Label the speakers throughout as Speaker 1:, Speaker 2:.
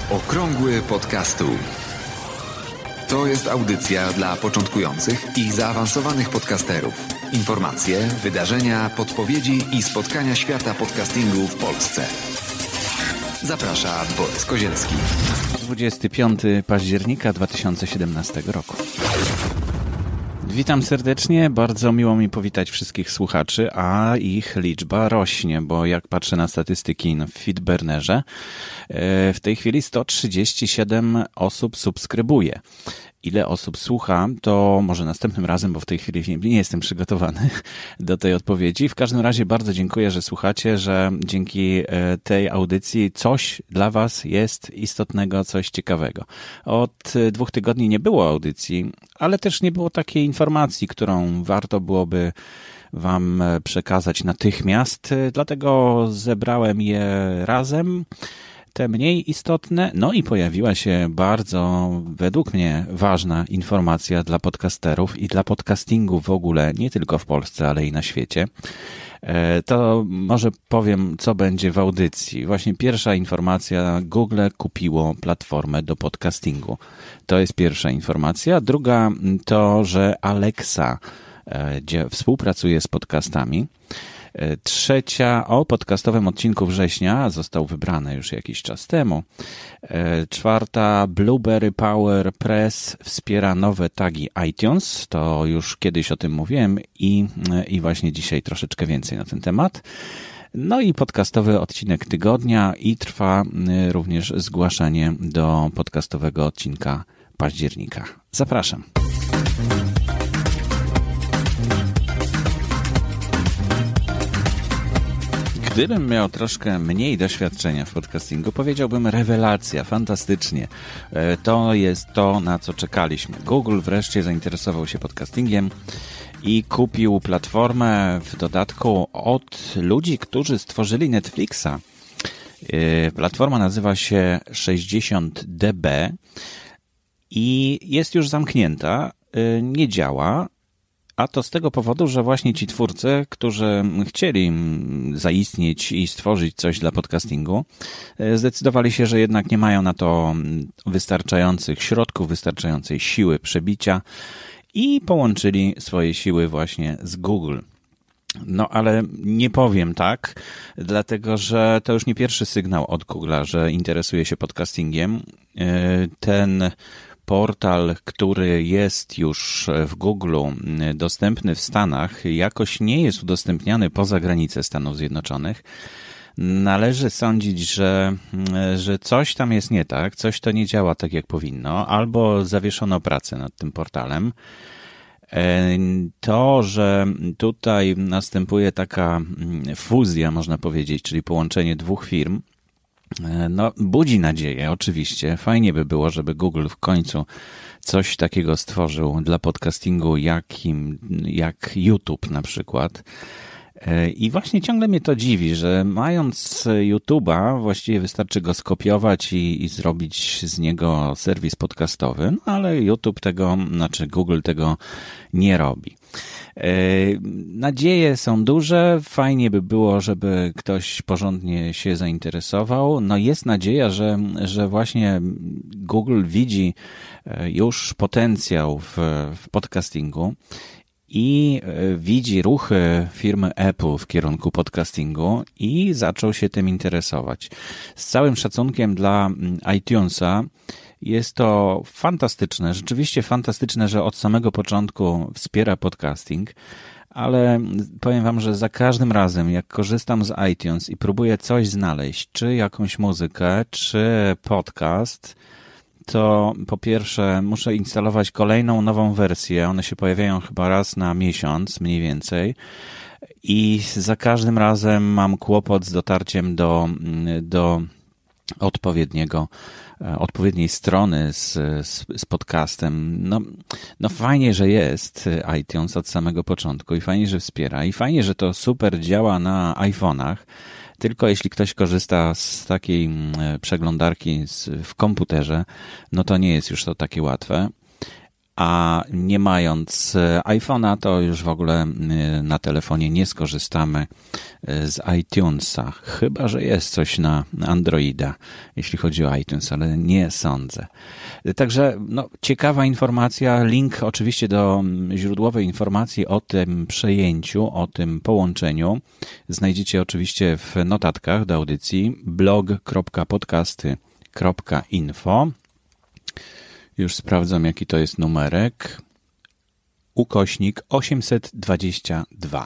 Speaker 1: Okrągły podcastu. To jest audycja dla początkujących i zaawansowanych podcasterów. Informacje, wydarzenia, podpowiedzi i spotkania świata podcastingu w Polsce. Zaprasza Borys Kozielski.
Speaker 2: 25 października 2017 roku. Witam serdecznie, bardzo miło mi powitać wszystkich słuchaczy, a ich liczba rośnie, bo jak patrzę na statystyki w Feedburnerze, w tej chwili 137 osób subskrybuje. Ile osób słucha, to może następnym razem, bo w tej chwili nie jestem przygotowany do tej odpowiedzi. W każdym razie bardzo dziękuję, że słuchacie, że dzięki tej audycji coś dla Was jest istotnego, coś ciekawego. Od 2 tygodni nie było audycji, ale też nie było takiej informacji, którą warto byłoby Wam przekazać natychmiast, dlatego zebrałem je razem. Te mniej istotne, no i pojawiła się bardzo, według mnie, ważna informacja dla podcasterów i dla podcastingu w ogóle, nie tylko w Polsce, ale i na świecie. To może powiem, co będzie w audycji. Właśnie pierwsza informacja, Google kupiło platformę do podcastingu. To jest pierwsza informacja. Druga to, że Alexa współpracuje z podcastami. Trzecia o podcastowym odcinku września, został wybrany już jakiś czas temu. Czwarta, Blueberry Power Press wspiera nowe tagi iTunes, to już kiedyś o tym mówiłem i właśnie dzisiaj troszeczkę więcej na ten temat. No i podcastowy odcinek tygodnia i trwa również zgłaszanie do podcastowego odcinka października. Zapraszam. Gdybym miał troszkę mniej doświadczenia w podcastingu, powiedziałbym rewelacja, fantastycznie. To jest to, na co czekaliśmy. Google wreszcie zainteresował się podcastingiem i kupił platformę w dodatku od ludzi, którzy stworzyli Netflixa. Platforma nazywa się 60dB i jest już zamknięta, nie działa. A to z tego powodu, że właśnie ci twórcy, którzy chcieli zaistnieć i stworzyć coś dla podcastingu, zdecydowali się, że jednak nie mają na to wystarczających środków, wystarczającej siły przebicia i połączyli swoje siły właśnie z Google. No ale nie powiem tak, dlatego że to już nie pierwszy sygnał od Google'a, że interesuje się podcastingiem. Ten portal, który jest już w Google dostępny w Stanach, jakoś nie jest udostępniany poza granice Stanów Zjednoczonych. Należy sądzić, że coś tam jest nie tak, coś to nie działa tak jak powinno, albo zawieszono pracę nad tym portalem. To, że tutaj następuje taka fuzja, można powiedzieć, czyli połączenie dwóch firm, no, budzi nadzieję, oczywiście. Fajnie by było, żeby Google w końcu coś takiego stworzył dla podcastingu, jak YouTube na przykład. I właśnie ciągle mnie to dziwi, że mając YouTube'a, właściwie wystarczy go skopiować i zrobić z niego serwis podcastowy, no ale Google tego nie robi. Nadzieje są duże, fajnie by było, żeby ktoś porządnie się zainteresował. No jest nadzieja, że właśnie Google widzi już potencjał w podcastingu i widzi ruchy firmy Apple w kierunku podcastingu i zaczął się tym interesować. Z całym szacunkiem dla iTunesa, jest to fantastyczne, rzeczywiście fantastyczne, że od samego początku wspiera podcasting, ale powiem Wam, że za każdym razem, jak korzystam z iTunes i próbuję coś znaleźć, czy jakąś muzykę, czy podcast, to po pierwsze muszę instalować kolejną nową wersję. One się pojawiają chyba raz na miesiąc, mniej więcej. I za każdym razem mam kłopot z dotarciem do odpowiedniej strony z podcastem. No fajnie, że jest iTunes od samego początku i fajnie, że wspiera i fajnie, że to super działa na iPhone'ach. Tylko jeśli ktoś korzysta z takiej przeglądarki w komputerze, no to nie jest już to takie łatwe. a nie mając iPhone'a, to już w ogóle na telefonie nie skorzystamy z iTunesa. Chyba że jest coś na Androida, jeśli chodzi o iTunes, ale nie sądzę. Także ciekawa informacja, link oczywiście do źródłowej informacji o tym przejęciu, o tym połączeniu znajdziecie oczywiście w notatkach do audycji blog.podcasty.info. Już sprawdzam, jaki to jest numerek. /822.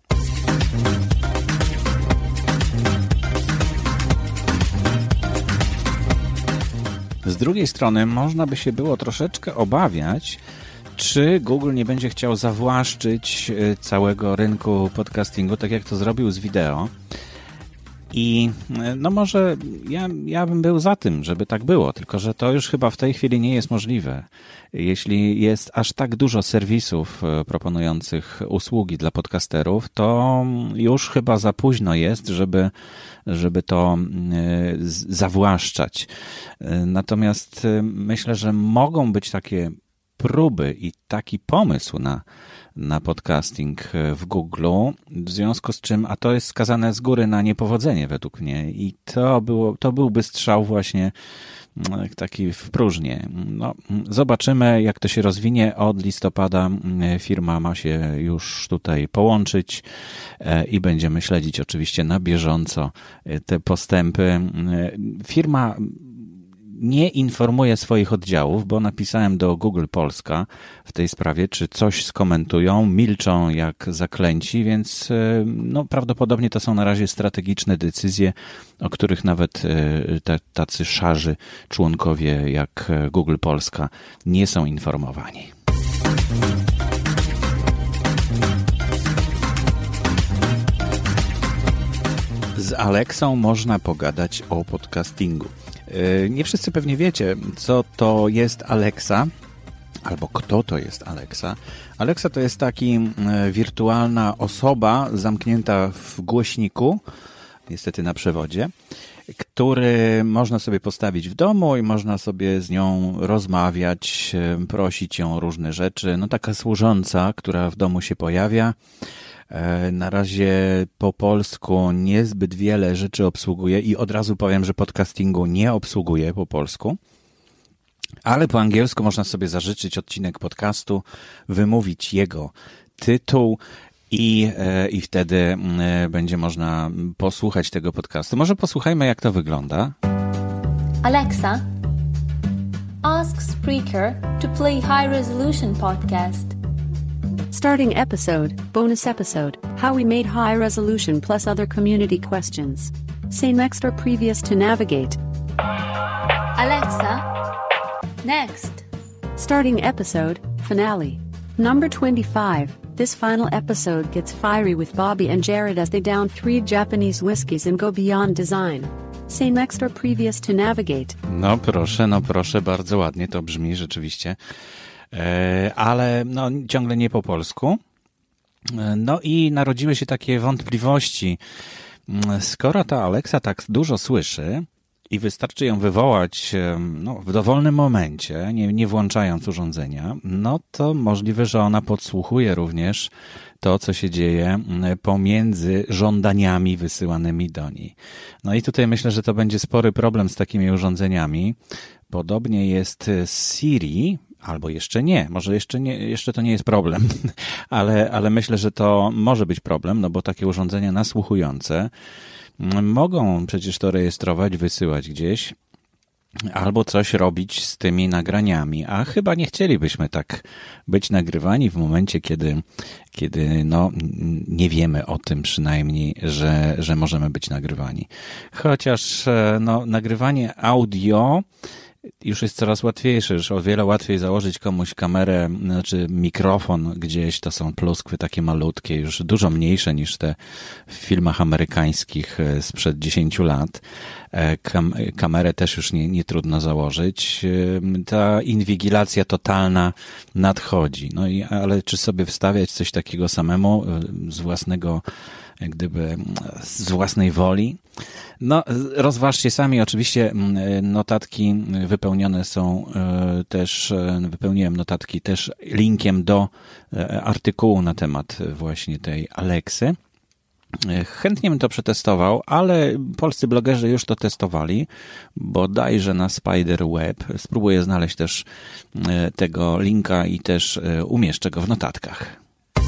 Speaker 2: Z drugiej strony można by się było troszeczkę obawiać, czy Google nie będzie chciał zawłaszczyć całego rynku podcastingu, tak jak to zrobił z wideo. I może ja bym był za tym, żeby tak było, tylko że to już chyba w tej chwili nie jest możliwe. Jeśli jest aż tak dużo serwisów proponujących usługi dla podcasterów, to już chyba za późno jest, żeby to zawłaszczać. Natomiast myślę, że mogą być takie próby i taki pomysł na podcasting w Google, w związku z czym, a to jest skazane z góry na niepowodzenie według mnie i to byłby strzał właśnie taki w próżnię. Zobaczymy, jak to się rozwinie. Od listopada firma ma się już tutaj połączyć i będziemy śledzić oczywiście na bieżąco te postępy. Firma nie informuje swoich oddziałów, bo napisałem do Google Polska w tej sprawie, czy coś skomentują, milczą jak zaklęci, więc prawdopodobnie to są na razie strategiczne decyzje, o których nawet tacy szarzy członkowie jak Google Polska nie są informowani. Z Alexą można pogadać o podcastingu. Nie wszyscy pewnie wiecie, co to jest Alexa, albo kto to jest Alexa. Alexa to jest taki wirtualna osoba zamknięta w głośniku, niestety na przewodzie, który można sobie postawić w domu i można sobie z nią rozmawiać, prosić ją o różne rzeczy. Taka służąca, która w domu się pojawia. Na razie po polsku niezbyt wiele rzeczy obsługuje i od razu powiem, że podcastingu nie obsługuje po polsku, ale po angielsku można sobie zażyczyć odcinek podcastu, wymówić jego tytuł i wtedy będzie można posłuchać tego podcastu. Może posłuchajmy, jak to wygląda.
Speaker 3: Alexa, ask Spreaker to play High Resolution Podcast.
Speaker 4: Starting episode, bonus episode, how we made high resolution plus other community questions. Say next or previous to navigate.
Speaker 3: Alexa, next.
Speaker 4: Starting episode, finale. Number 25. This final episode gets fiery with Bobby and Jared as they down 3 Japanese whiskeys and go beyond design. Say next or previous to navigate.
Speaker 2: No proszę, bardzo ładnie to brzmi rzeczywiście. Ale ciągle nie po polsku. I narodziły się takie wątpliwości. Skoro ta Alexa tak dużo słyszy i wystarczy ją wywołać w dowolnym momencie, nie włączając urządzenia, to możliwe, że ona podsłuchuje również to, co się dzieje pomiędzy żądaniami wysyłanymi do niej. I tutaj myślę, że to będzie spory problem z takimi urządzeniami. Podobnie jest z Siri, albo jeszcze nie, może jeszcze to nie jest problem, ale myślę, że to może być problem, bo takie urządzenia nasłuchujące mogą przecież to rejestrować, wysyłać gdzieś, albo coś robić z tymi nagraniami, a chyba nie chcielibyśmy tak być nagrywani w momencie, kiedy nie wiemy o tym przynajmniej, że możemy być nagrywani. Chociaż nagrywanie audio już jest coraz łatwiejsze, już o wiele łatwiej założyć komuś kamerę, mikrofon gdzieś, to są pluskwy takie malutkie, już dużo mniejsze niż te w filmach amerykańskich sprzed 10 lat. Kamerę też już nie trudno założyć. Ta inwigilacja totalna nadchodzi. Ale czy sobie wstawiać coś takiego samemu z własnego jak gdyby z własnej woli. No, rozważcie sami. Oczywiście notatki wypełnione są też, wypełniłem notatki też linkiem do artykułu na temat właśnie tej Alexy. Chętnie bym to przetestował, ale polscy blogerzy już to testowali, bodajże na Spiderweb. Spróbuję znaleźć też tego linka i też umieszczę go w notatkach.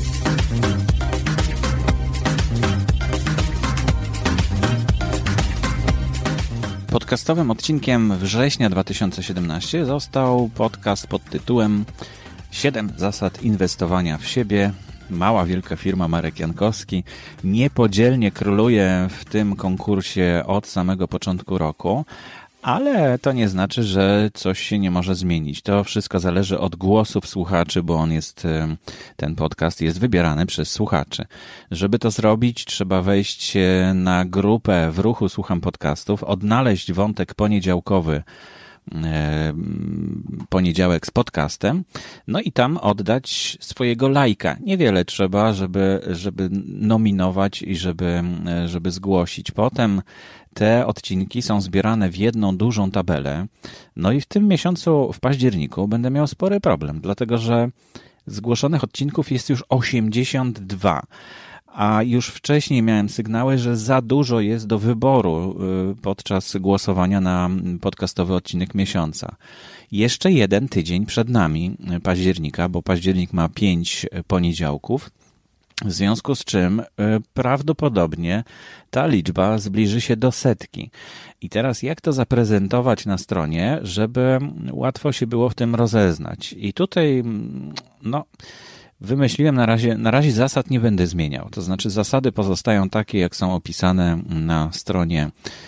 Speaker 2: Podcastowym odcinkiem września 2017 został podcast pod tytułem 7 zasad inwestowania w siebie. Mała, wielka firma Marek Jankowski niepodzielnie króluje w tym konkursie od samego początku roku, ale to nie znaczy, że coś się nie może zmienić. To wszystko zależy od głosów słuchaczy, bo ten podcast jest wybierany przez słuchaczy. Żeby to zrobić, trzeba wejść na grupę W Ruchu Słucham Podcastów, odnaleźć wątek poniedziałkowy, poniedziałek z podcastem, no i tam oddać swojego lajka. Niewiele trzeba, żeby nominować i żeby zgłosić. Potem te odcinki są zbierane w jedną dużą tabelę. No i w tym miesiącu, w październiku, będę miał spory problem, dlatego że zgłoszonych odcinków jest już 82. A już wcześniej miałem sygnały, że za dużo jest do wyboru podczas głosowania na podcastowy odcinek miesiąca. Jeszcze jeden tydzień przed nami października, bo październik ma 5 poniedziałków, w związku z czym prawdopodobnie ta liczba zbliży się do 100. I teraz jak to zaprezentować na stronie, żeby łatwo się było w tym rozeznać? I tutaj, wymyśliłem na razie zasad nie będę zmieniał. To znaczy zasady pozostają takie, jak są opisane na stronie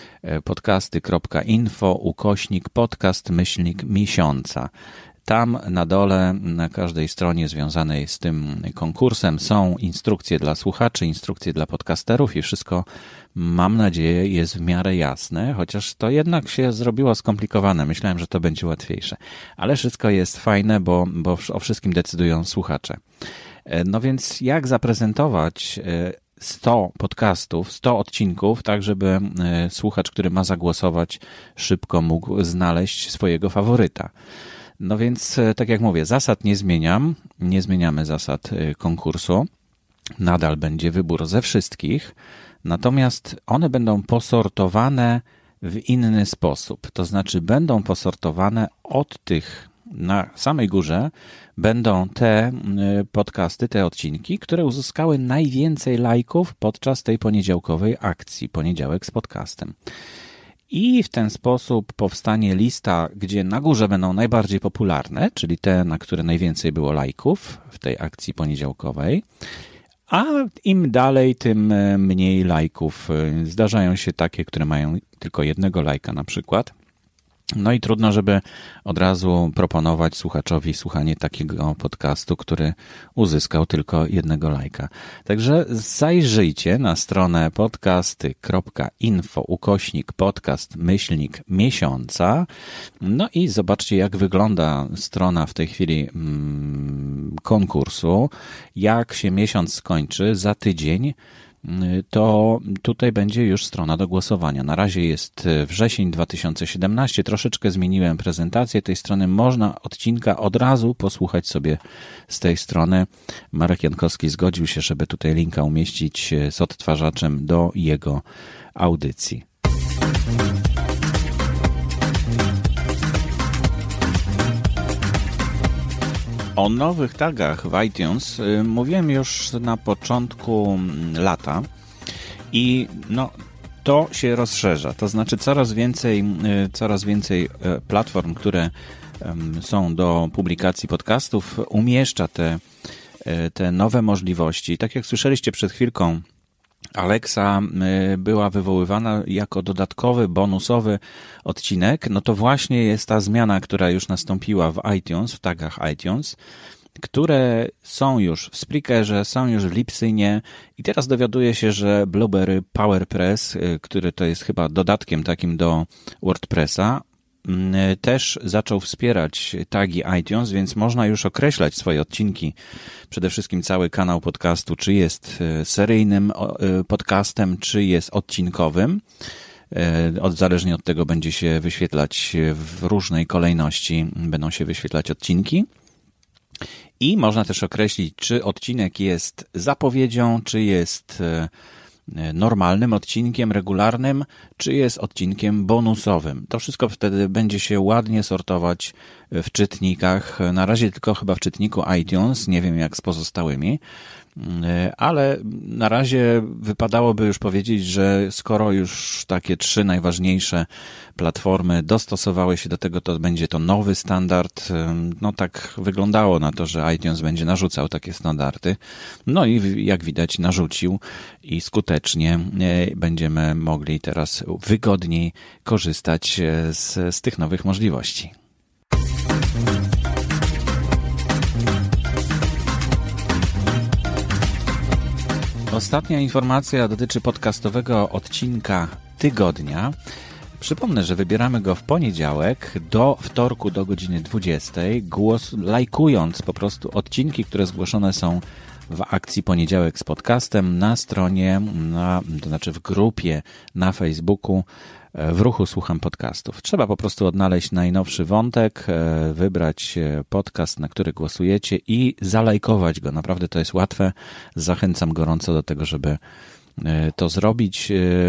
Speaker 2: podcasty.info/podcast-miesiąca. Tam na dole, na każdej stronie związanej z tym konkursem są instrukcje dla słuchaczy, instrukcje dla podcasterów i wszystko, mam nadzieję, jest w miarę jasne, chociaż to jednak się zrobiło skomplikowane. Myślałem, że to będzie łatwiejsze. Ale wszystko jest fajne, bo o wszystkim decydują słuchacze. No więc jak zaprezentować 100 podcastów, 100 odcinków, tak żeby słuchacz, który ma zagłosować, szybko mógł znaleźć swojego faworyta. No więc, tak jak mówię, zasad nie zmieniam, nie zmieniamy zasad konkursu. Nadal będzie wybór ze wszystkich, natomiast one będą posortowane w inny sposób. To znaczy będą posortowane od tych na samej górze, będą te podcasty, te odcinki, które uzyskały najwięcej lajków podczas tej poniedziałkowej akcji, poniedziałek z podcastem. I w ten sposób powstanie lista, gdzie na górze będą najbardziej popularne, czyli te, na które najwięcej było lajków w tej akcji poniedziałkowej, a im dalej, tym mniej lajków. Zdarzają się takie, które mają tylko jednego lajka na przykład. No i trudno, żeby od razu proponować słuchaczowi słuchanie takiego podcastu, który uzyskał tylko jednego lajka. Także zajrzyjcie na stronę podcasty.info/podcast-miesiąca. No i zobaczcie, jak wygląda strona w tej chwili konkursu. Jak się miesiąc skończy, za tydzień, to tutaj będzie już strona do głosowania. Na razie jest wrzesień 2017, troszeczkę zmieniłem prezentację tej strony. Można odcinka od razu posłuchać sobie z tej strony. Marek Jankowski zgodził się, żeby tutaj linka umieścić z odtwarzaczem do jego audycji. O nowych tagach w iTunes mówiłem już na początku lata i to się rozszerza. To znaczy coraz więcej platform, które są do publikacji podcastów, umieszcza te nowe możliwości. Tak jak słyszeliście przed chwilką, Alexa była wywoływana jako dodatkowy, bonusowy odcinek, no to właśnie jest ta zmiana, która już nastąpiła w iTunes, w tagach iTunes, które są już w Spreakerze, są już w Libsynie i teraz dowiaduję się, że Blueberry PowerPress, który to jest chyba dodatkiem takim do WordPressa, też zaczął wspierać tagi iTunes, więc można już określać swoje odcinki, przede wszystkim cały kanał podcastu, czy jest seryjnym podcastem, czy jest odcinkowym. Zależnie od tego będzie się wyświetlać w różnej kolejności, będą się wyświetlać odcinki. I można też określić, czy odcinek jest zapowiedzią, czy jest normalnym odcinkiem, regularnym, czy jest odcinkiem bonusowym. To wszystko wtedy będzie się ładnie sortować w czytnikach. Na razie tylko chyba w czytniku iTunes, nie wiem jak z pozostałymi, ale na razie wypadałoby już powiedzieć, że skoro już takie 3 najważniejsze platformy dostosowały się do tego, to będzie to nowy standard. No tak wyglądało na to, że iTunes będzie narzucał takie standardy. No i jak widać narzucił i skutecznie będziemy mogli teraz wygodniej korzystać z tych nowych możliwości. Ostatnia informacja dotyczy podcastowego odcinka tygodnia. Przypomnę, że wybieramy go w poniedziałek do wtorku do godziny 20. Lajkując po prostu odcinki, które zgłoszone są w akcji Poniedziałek z podcastem na stronie, to znaczy w grupie na Facebooku W ruchu słucham podcastów. Trzeba po prostu odnaleźć najnowszy wątek, wybrać podcast, na który głosujecie i zalajkować go. Naprawdę to jest łatwe. Zachęcam gorąco do tego, żeby to zrobić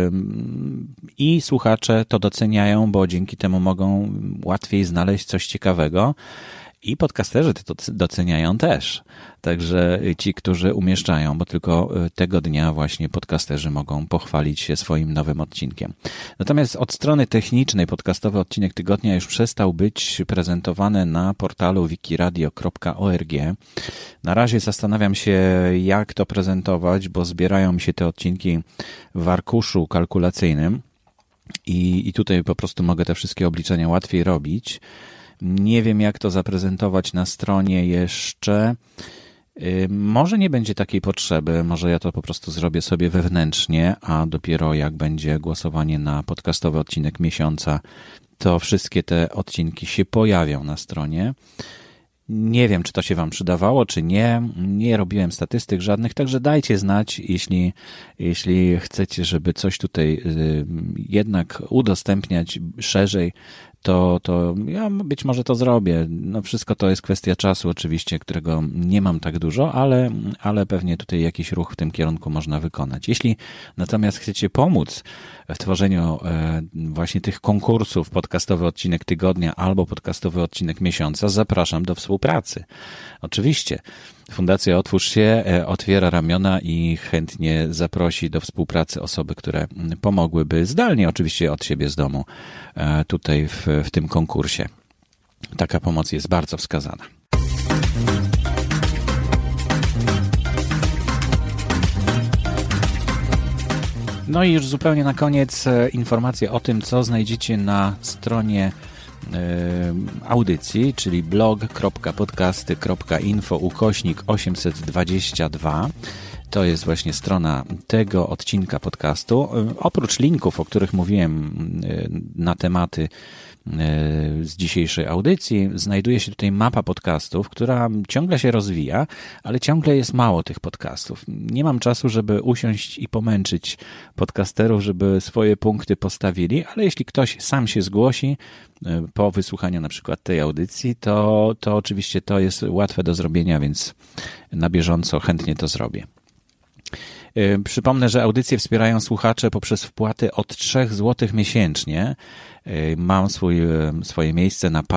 Speaker 2: i słuchacze to doceniają, bo dzięki temu mogą łatwiej znaleźć coś ciekawego. I podcasterzy to doceniają też. Także ci, którzy umieszczają, bo tylko tego dnia właśnie podcasterzy mogą pochwalić się swoim nowym odcinkiem. Natomiast od strony technicznej podcastowy odcinek tygodnia już przestał być prezentowany na portalu wikiradio.org. Na razie zastanawiam się, jak to prezentować, bo zbierają mi się te odcinki w arkuszu kalkulacyjnym i tutaj po prostu mogę te wszystkie obliczenia łatwiej robić. Nie wiem, jak to zaprezentować na stronie jeszcze. Może nie będzie takiej potrzeby, może ja to po prostu zrobię sobie wewnętrznie, a dopiero jak będzie głosowanie na podcastowy odcinek miesiąca, to wszystkie te odcinki się pojawią na stronie. Nie wiem, czy to się Wam przydawało, czy nie. Nie robiłem statystyk żadnych, także dajcie znać, jeśli chcecie, żeby coś tutaj jednak udostępniać szerzej, to ja być może to zrobię. No wszystko to jest kwestia czasu oczywiście, którego nie mam tak dużo, ale pewnie tutaj jakiś ruch w tym kierunku można wykonać. Jeśli natomiast chcecie pomóc w tworzeniu właśnie tych konkursów, podcastowy odcinek tygodnia albo podcastowy odcinek miesiąca, zapraszam do współpracy. Oczywiście Fundacja Otwórz się otwiera ramiona i chętnie zaprosi do współpracy osoby, które pomogłyby zdalnie, oczywiście od siebie z domu, tutaj w tym konkursie. Taka pomoc jest bardzo wskazana. No i już zupełnie na koniec informacja o tym, co znajdziecie na stronie audycji, czyli blog.podcasty.info/822. To jest właśnie strona tego odcinka podcastu. Oprócz linków, o których mówiłem na tematy z dzisiejszej audycji, znajduje się tutaj mapa podcastów, która ciągle się rozwija, ale ciągle jest mało tych podcastów. Nie mam czasu, żeby usiąść i pomęczyć podcasterów, żeby swoje punkty postawili, ale jeśli ktoś sam się zgłosi po wysłuchaniu na przykład tej audycji, to oczywiście to jest łatwe do zrobienia, więc na bieżąco chętnie to zrobię. Przypomnę, że audycje wspierają słuchacze poprzez wpłaty od 3 zł miesięcznie. Mam swoje miejsce na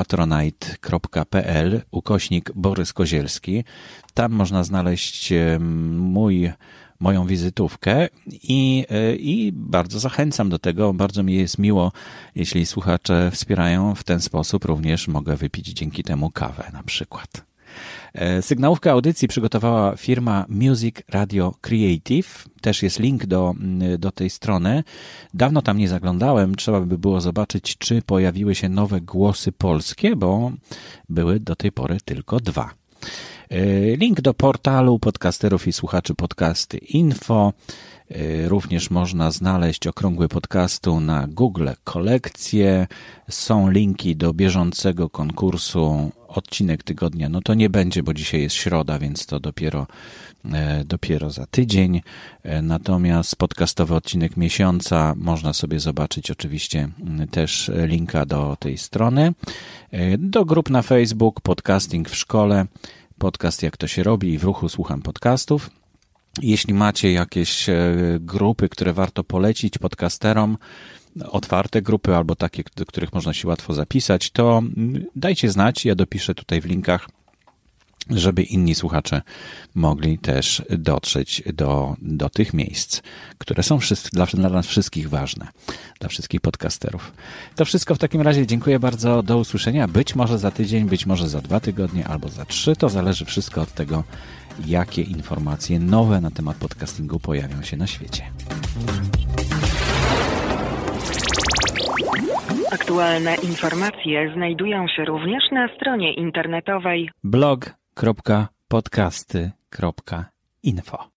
Speaker 2: patronite.pl/Borys Kozielski. Tam można znaleźć moją wizytówkę i bardzo zachęcam do tego. Bardzo mi jest miło, jeśli słuchacze wspierają w ten sposób. Również mogę wypić dzięki temu kawę na przykład. Sygnałówkę audycji przygotowała firma Music Radio Creative. Też jest link do tej strony. Dawno tam nie zaglądałem. Trzeba by było zobaczyć, czy pojawiły się nowe głosy polskie, bo były do tej pory tylko 2. Link do portalu podcasterów i słuchaczy podcasty info. Również można znaleźć okrągły podcastu na Google Kolekcje. Są linki do bieżącego konkursu Odcinek Tygodnia. No to nie będzie, bo dzisiaj jest środa, więc to dopiero za tydzień. Natomiast podcastowy odcinek miesiąca można sobie zobaczyć oczywiście też linka do tej strony. Do grup na Facebook, podcasting w szkole, podcast jak to się robi i w ruchu słucham podcastów. Jeśli macie jakieś grupy, które warto polecić podcasterom, otwarte grupy albo takie, do których można się łatwo zapisać, to dajcie znać, ja dopiszę tutaj w linkach, żeby inni słuchacze mogli też dotrzeć do tych miejsc, które są dla nas wszystkich ważne, dla wszystkich podcasterów. To wszystko w takim razie. Dziękuję bardzo. Do usłyszenia. Być może za tydzień, być może za 2 tygodnie albo za 3. To zależy wszystko od tego, jakie informacje nowe na temat podcastingu pojawią się na świecie.
Speaker 5: Aktualne informacje znajdują się również na stronie internetowej
Speaker 2: blog.podcasty.info